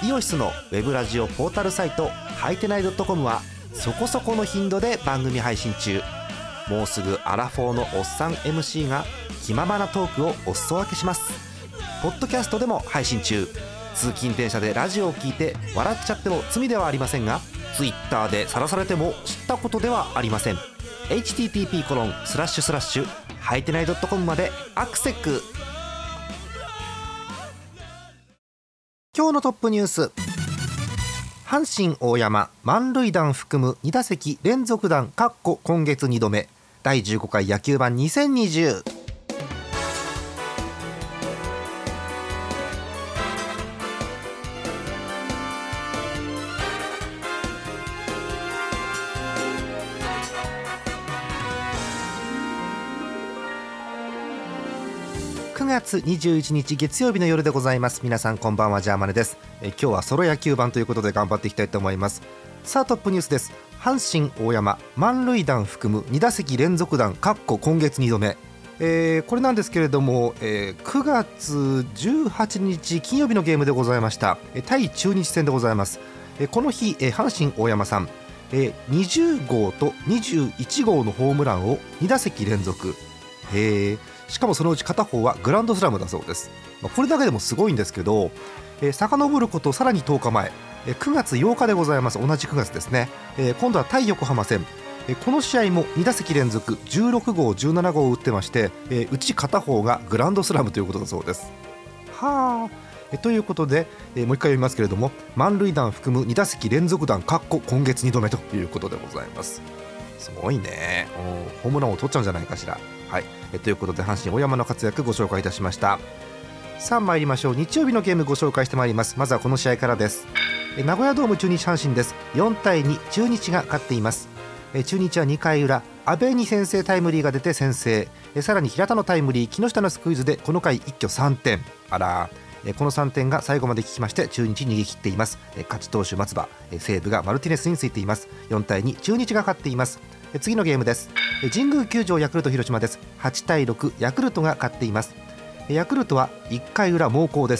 イオシスのウェブラジオポータルサイトはいてない .com はそこそこの頻度で番組配信中。もうすぐアラフォーのおっさん MC が気ままなトークをお裾分けします。ポッドキャストでも配信中。通勤電車でラジオを聞いて笑っちゃっても罪ではありませんが、 Twitter で晒されても知ったことではありません。 http:// はいてない .com までアクセック。今日のトップニュース、阪神大山満塁弾含む2打席連続弾今月2度目、第15回野球盤2020。9月21日月曜日の夜でございます。皆さんこんばんは、ジャーマネです。今日はソロ野球盤ということで頑張っていきたいと思います。さあトップニュースです。阪神大山満塁弾含む2打席連続弾今月2度目、これなんですけれども、9月18日金曜日のゲームでございました。対中日戦でございます。この日、阪神大山さん、20号と21号のホームランを2打席連続、しかもそのうち片方はグランドスラムだそうです。これだけでもすごいんですけど、遡ることさらに10日前、9月8日でございます。同じ9月ですね。今度は対横浜戦、この試合も2打席連続16号17号を打ってまして、うち片方がグランドスラムということだそうです。はあ、ということで、もう一回読みますけれども、満塁弾含む2打席連続弾今月2度目ということでございます。すごいね。ホームランを取っちゃうんじゃないかしら。はい、ということで阪神大山の活躍ご紹介いたしました。さあ参りましょう。日曜日のゲームご紹介してまいります。まずはこの試合からです。名古屋ドーム中日阪神です。4対2中日が勝っています。中日は2回裏、阿部に先制タイムリーが出て先制、さらに平田のタイムリー、木下のスクイズでこの回一挙3点。あら、この3点が最後まで効きまして中日逃げ切っています。勝ち投手松葉、西武がマルティネスについています。4対2中日が勝っています。次のゲームです。神宮球場ヤクルト広島です。8対6ヤクルトが勝っています。ヤクルトは1回裏猛攻です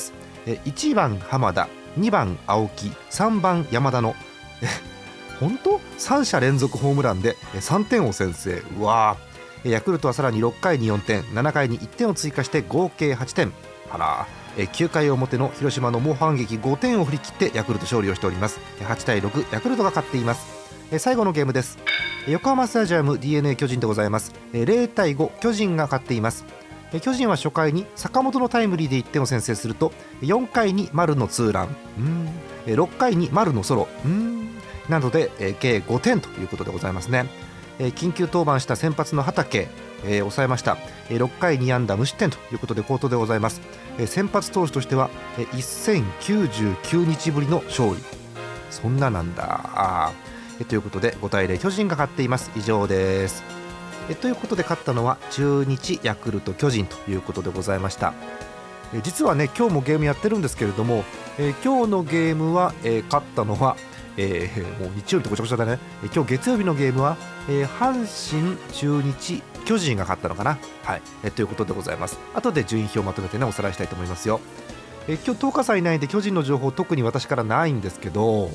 。1番浜田、2番青木、3番山田の本当3者連続ホームランで3点を先制。うわー、ヤクルトはさらに6回に4点、7回に1点を追加して合計8点。あら、9回表の広島の猛反撃5点を振り切ってヤクルト勝利をしております。8対6ヤクルトが勝っています。最後のゲームです。横浜スタジアム DNA 巨人でございます。0対5巨人が勝っています。巨人は初回に坂本のタイムリーで1点を先制すると、4回に丸のツーラン、6回に丸のソロなどで計5点ということでございますね。緊急登板した先発の畠、抑えました。6回2安打無失点ということで好投でございます。先発投手としては1099日ぶりの勝利。そんななんだ。ということで5対0巨人が勝っています。以上です。ということで勝ったのは中日、ヤクルト、巨人ということでございました。実はね今日もゲームやってるんですけれども、今日のゲームは、勝ったのは、もう日曜日とごちゃごちゃだね。今日月曜日のゲームは、阪神、中日、巨人が勝ったのかな。はい、ということでございます。後で順位表をまとめてねおさらいしたいと思いますよ。今日10日差以内で巨人の情報特に私からないんですけど、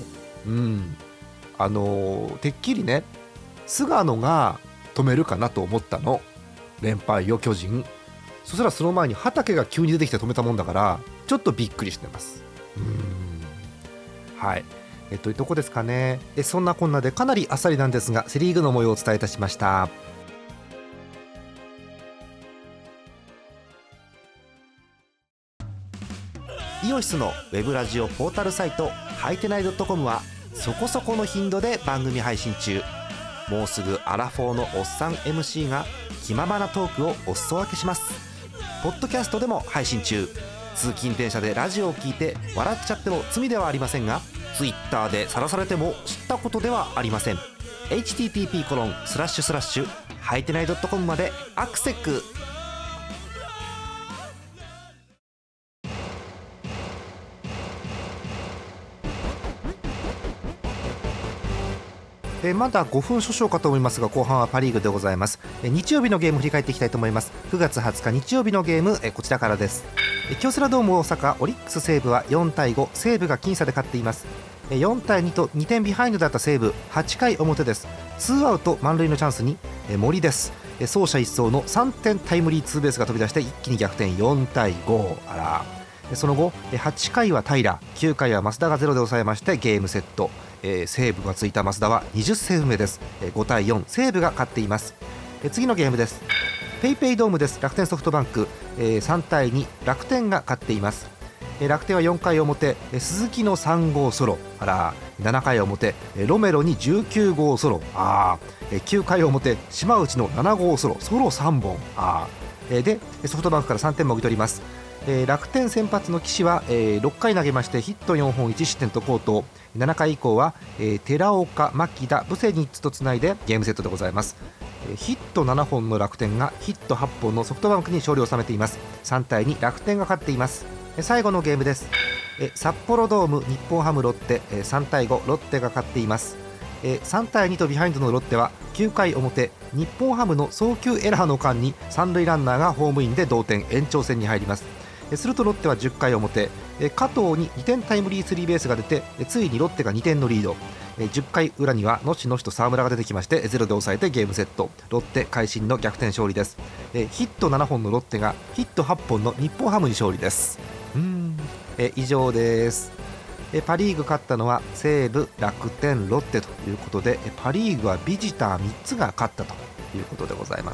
てっきりね菅野が止めるかなと思ったの、連敗を巨人。そしたらその前に畠が急に出てきて止めたもんだからちょっとびっくりしてます。はい、というとこですかね。そんなこんなでかなりあっさりなんですがセリーグの模様をお伝えいたしました。イオシスのウェブラジオポータルサイトはいてない .com はそこそこの頻度で番組配信中。もうすぐアラフォーのおっさん MC が気ままなトークをお裾分けします。ポッドキャストでも配信中。通勤電車でラジオを聞いて笑っちゃっても罪ではありませんが、 Twitter で晒されても知ったことではありません。 http:// はいてない .com までアクセック。まだ5分少々かと思いますが後半はパリーグでございます。日曜日のゲーム振り返っていきたいと思います。9月20日日曜日のゲーム、こちらからです。 京セラドーム大阪、オリックス西武は4対5、西武が僅差で勝っています。4対2と2点ビハインドだった西武、8回表です。ツーアウト満塁のチャンスに森です。走者一掃の3点タイムリーツーベースが飛び出して一気に逆転、4対5。その後8回は平、9回は増田がゼロで抑えましてゲームセット。セーブがついた増田は20セーブ目です。5対4、西武が勝っています。次のゲームです。ペイペイドームです。楽天ソフトバンク、3対2、楽天が勝っています。楽天は4回表、鈴木の3号ソロ、7回表、ロメロに19号ソロ、9回表、島内の7号ソロ、ソロ3本、でソフトバンクから3点もぎ取ります。楽天先発の岸は、6回投げましてヒット4本1失点と好投。7回以降は、寺岡、牧田、ブセニッツとつないでゲームセットでございます。ヒット7本の楽天がヒット8本のソフトバンクに勝利を収めています。3対2、楽天が勝っています。最後のゲームです。札幌ドーム、日本ハムロッテ、3対5、ロッテが勝っています。3対2とビハインドのロッテは9回表、日本ハムの送球エラーの間に三塁ランナーがホームインで同点、延長戦に入ります。するとロッテは10回表、加藤に2点タイムリースリーベースが出て、ついにロッテが2点のリード。10回裏にはのしのしと沢村が出てきましてゼロで抑えてゲームセット。ロッテ会心の逆転勝利です。ヒット7本のロッテがヒット8本の日本ハムに勝利です。以上です。パリーグ勝ったのは西武、楽天、ロッテということで、パリーグはビジター3つが勝ったということでございます。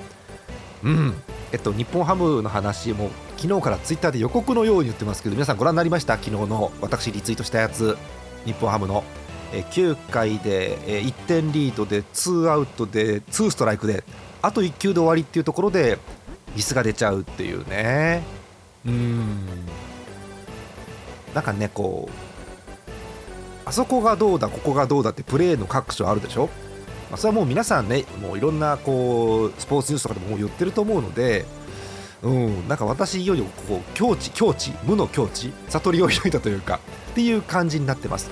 日本ハムの話も昨日からツイッターで予告のように言ってますけど、皆さんご覧になりました？昨日の私リツイートしたやつ。日本ハムの9回で1点リードで2アウトで2ストライクであと1球で終わりっていうところでミスが出ちゃうっていうね。なんかね、こうあそこがどうだここがどうだってプレーの各所あるでしょ。それはもう皆さんね、もういろんなこうスポーツニュースとかでももう言ってると思うので、なんか私いよいよこう境地無の境地、悟りを開いたというかっていう感じになってます。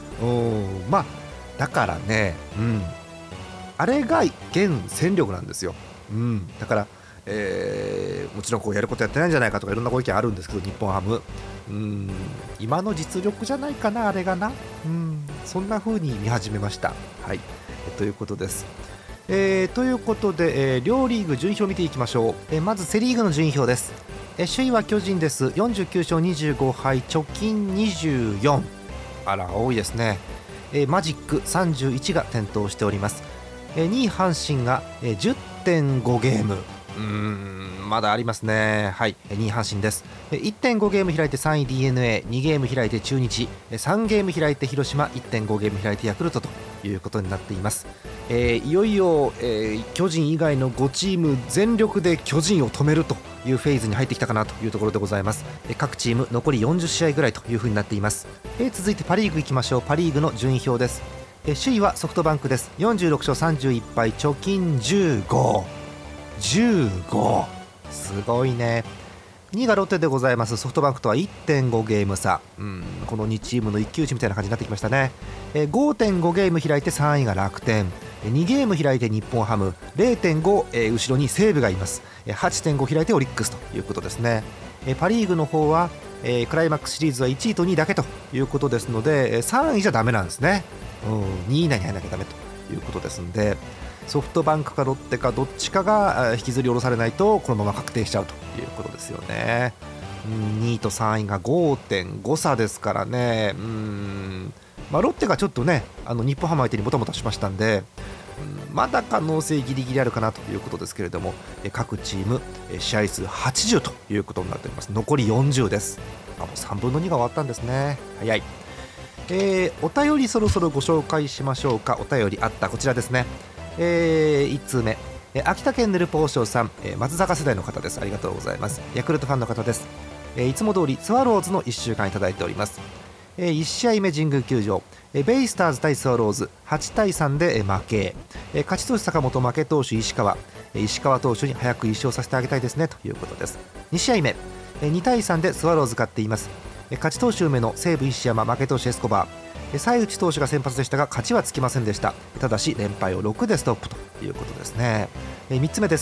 だからね、あれが現戦力なんですよ。だから、もちろんこうやることやってないんじゃないかとかいろんなご意見あるんですけど、日本ハム今の実力じゃないかな、あれがな。そんな風に見始めました。はい、ということです。ということで、両リーグ順位表を見ていきましょう。まずセリーグの順位表です。首位は巨人です。49勝25敗、貯金24。多いですね。マジック31が点灯しております。2位阪神が 10.5 ゲーム、まだありますね。はい、2位阪神です。1.5 ゲーム開いて3位 DNA、 2ゲーム開いて中日、3ゲーム開いて広島、1.5 ゲーム開いてヤクルトということになっています。いよいよ、巨人以外の5チーム全力で巨人を止めるというフェーズに入ってきたかなというところでございます。各チーム残り40試合ぐらいというふうになっています。続いてパリーグいきましょう。パリーグの順位表です。首位はソフトバンクです。46勝31敗、貯金15。すごいね。2位がロッテでございます。ソフトバンクとは 1.5 ゲーム差。この2チームの一騎打ちみたいな感じになってきましたね。5.5 ゲーム開いて3位が楽天、2ゲーム開いて日本ハム、 0.5、後ろに西武がいます。8.5 開いてオリックスということですね。パリーグの方は、クライマックスシリーズは1位と2位だけということですので、3位じゃダメなんですね。2位以内に入らなきゃダメということですので、ソフトバンクかロッテかどっちかが引きずり下ろされないとこのまま確定しちゃうということですよね。2位と3位が 5.5 差ですからね。ロッテがちょっとね、日本ハム相手にもたもたしましたんで、まだ可能性ギリギリあるかなということですけれども、各チーム試合数80ということになっております。残り40です。もう3分の2が終わったんですね。早い。お便りそろそろご紹介しましょうか。お便りあった、こちらですね。1通目、秋田県ヌルポーショーさん、松坂世代の方です。ありがとうございます。ヤクルトファンの方です。いつも通りスワローズの1週間いただいております。1試合目神宮球場、ベイスターズ対スワローズ8対3で負け、勝ち投手坂本、負け投手石川投手に早く1勝させてあげたいですねということです。2試合目、2対3でスワローズ勝っています。勝ち投手梅野、西武石山、負け投手エスコバー、西内投手が先発でしたが勝ちはつきませんでした。ただし連敗を6でストップということですね。3つ目です。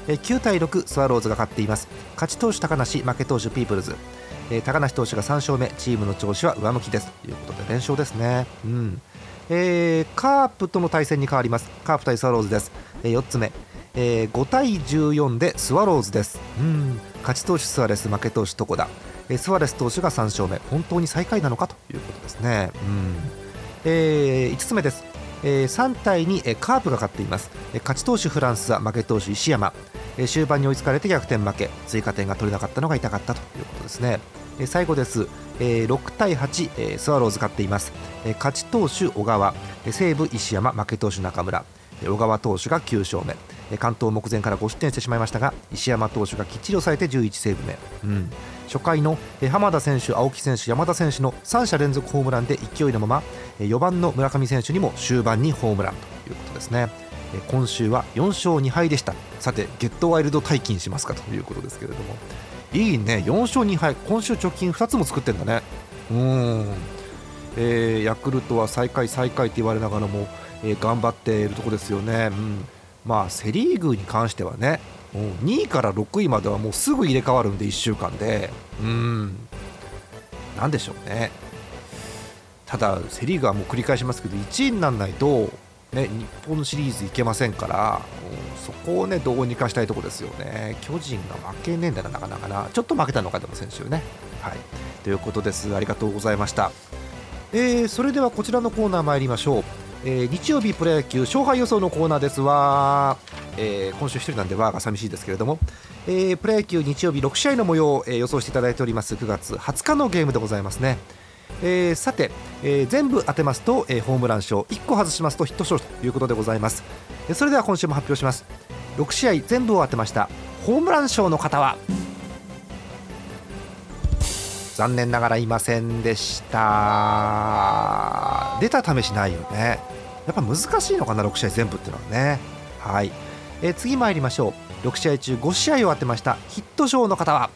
9対6スワローズが勝っています。勝ち投手高梨、負け投手ピープルズ。高梨投手が3勝目、チームの調子は上向きですということで連勝ですね。カープとの対戦に変わります。カープ対スワローズです。4つ目、5対14でスワローズです。勝ち投手スアレス、負け投手床田。スアレス投手が3勝目、本当に最下位なのかということですね。5つ目です。3対2、カープが勝っています。勝ち投手フランスは、負け投手石山。終盤に追いつかれて逆転負け、追加点が取れなかったのが痛かったということですね。最後です。6対8、スワローズ勝っています。勝ち投手小川、西武石山、負け投手中村。小川投手が9勝目。完投目前から5失点してしまいましたが、石山投手がきっちり抑えて11セーブ目。初回の浜田選手、青木選手、山田選手の3者連続ホームランで勢いのまま、4番の村上選手にも終盤にホームランということですね。今週は4勝2敗でした。さてゲットワイルド大金しますかということですけれども、いいね、4勝2敗、今週貯金2つも作ってんだね。ヤクルトは最下位って言われながらも、頑張っているところですよね。セリーグに関してはね、2位から6位まではもうすぐ入れ替わるんで、1週間で。なんでしょうね。ただセリーグはもう繰り返しますけど、1位にならないと、日本シリーズいけませんから、そこをねどうにかしたいところですよね。巨人が負けねえんだな、なかなかな。ちょっと負けたのかでも先週ね。ということです。ありがとうございました。それではこちらのコーナー参りましょう。日曜日プロ野球勝敗予想のコーナーですわ。今週1人なんでわーが寂しいですけれども、プロ野球日曜日6試合の模様を、予想していただいております。9月20日のゲームでございますね。さて、全部当てますと、ホームラン賞、1個外しますとヒット賞ということでございます。それでは今週も発表します。6試合全部を当てましたホームラン賞の方は、残念ながらいませんでした。出た試しないよね。やっぱ難しいのかな、6試合全部っていうのはね。次参りましょう。6試合中5試合を当てましたヒット賞の方は、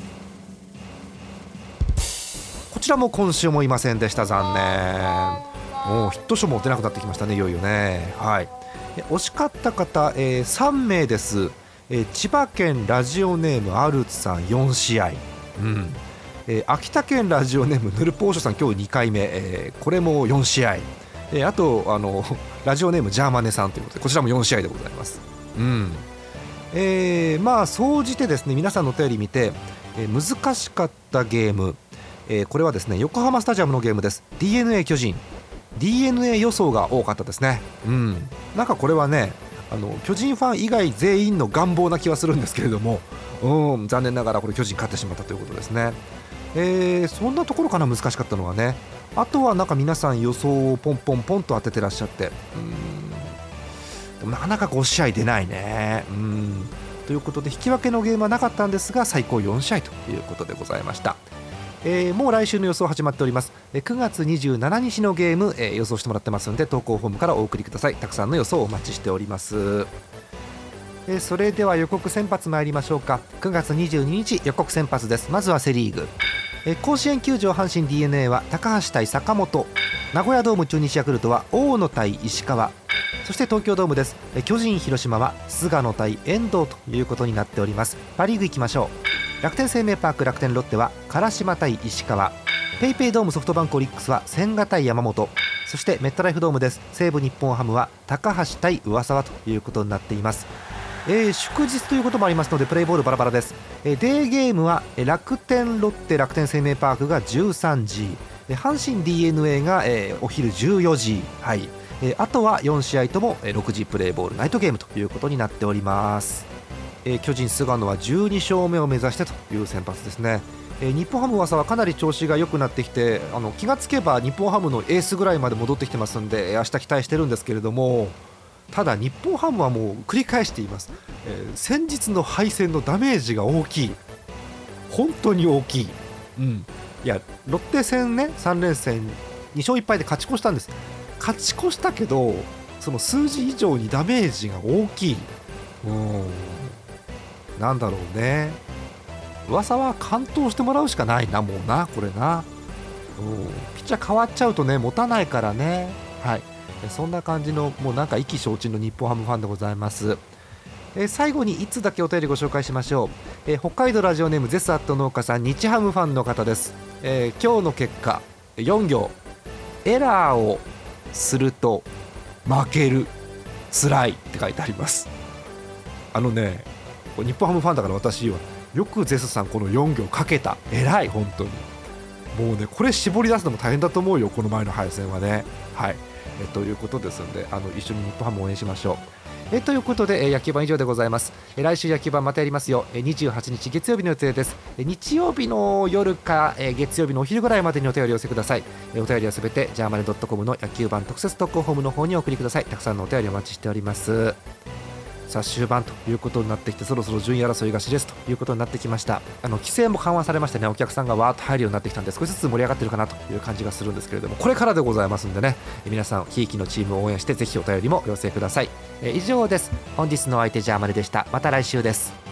こちらも今週もいませんでした。残念。もうヒット賞も出なくなってきましたね、いよいよね。惜しかった方、3名です。千葉県ラジオネームアルツさん4試合、秋田県ラジオネームヌルポーショさん今日2回目、これも4試合、あとラジオネームジャーマネさんということで、こちらも4試合でございます。総じてですね、皆さんのお便り見て、難しかったゲーム、これはですね横浜スタジアムのゲームです。 DNA 巨人 DNA 予想が多かったですね。なんかこれはね、巨人ファン以外全員の願望な気はするんですけれども、残念ながらこれ巨人勝ってしまったということですね。そんなところかな、難しかったのはね。あとはなんか皆さん予想をポンポンポンと当ててらっしゃって、でもなかなか5試合出ないね。ということで引き分けのゲームはなかったんですが、最高4試合ということでございました。もう来週の予想始まっております。9月27日のゲーム、予想してもらってますので、投稿フォームからお送りください。たくさんの予想をお待ちしております。それでは予告先発参りましょうか。9月22日予告先発です。まずはセリーグ、甲子園球場阪神 DNA は高橋対坂本、名古屋ドーム中日ヤクルトは大野対石川、そして東京ドームです。巨人広島は菅野対遠藤ということになっております。パリーグ行きましょう。楽天生命パーク楽天ロッテは唐島対石川、ペイペイドームソフトバンクオリックスは千賀対山本、そしてメットライフドームです。西武日本ハムは高橋対上沢ということになっています。祝日ということもありますのでプレイボールバラバラです。デーゲームは楽天ロッテ楽天生命パークが13時、阪神 DNA がお昼14時、あとは4試合とも6時プレイボールナイトゲームということになっております。巨人菅野は12勝目を目指してという先発ですね。日本ハム噂はかなり調子が良くなってきて、気がつけば日本ハムのエースぐらいまで戻ってきてますんで、明日期待してるんですけれども、ただ日本ハムはもう繰り返しています。先日の敗戦のダメージが大きい、本当に大きい。いやロッテ戦ね、3連戦2勝1敗で勝ち越したんです。勝ち越したけどその数字以上にダメージが大きい。なんだろうね、噂は完投してもらうしかないな、もうな、これな。ピッチャー変わっちゃうとね持たないからね。そんな感じのもうなんか意気消沈の日本ハムファンでございます。 最後に1つだけお便りご紹介しましょう。北海道ラジオネームゼスアット農家さん、日ハムファンの方です。今日の結果4行、エラーをすると負ける、辛いって書いてあります。日本ハムファンだから私はよくゼスさんこの4行かけた、偉い本当に。もうねこれ絞り出すのも大変だと思うよ、この前の敗戦はね。はい、ということですので一緒に日本ハムを応援しましょう。ということで、野球盤以上でございます。来週野球盤またやりますよ。28日月曜日の予定です。日曜日の夜か、月曜日のお昼ぐらいまでにお便りを寄せください。お便りはすべてジャーマネ .com の野球盤特設投稿フォームの方にお送りください。たくさんのお便りお待ちしております。さあ終盤ということになってきて、そろそろ順位争いが熾烈ということになってきました。規制も緩和されましてね、お客さんがわーっと入るようになってきたんで、少しずつ盛り上がってるかなという感じがするんですけれども、これからでございますんでね、皆さんひいきのチームを応援してぜひお便りもお寄せください。以上です。本日のお相手ジャーマネでした。また来週です。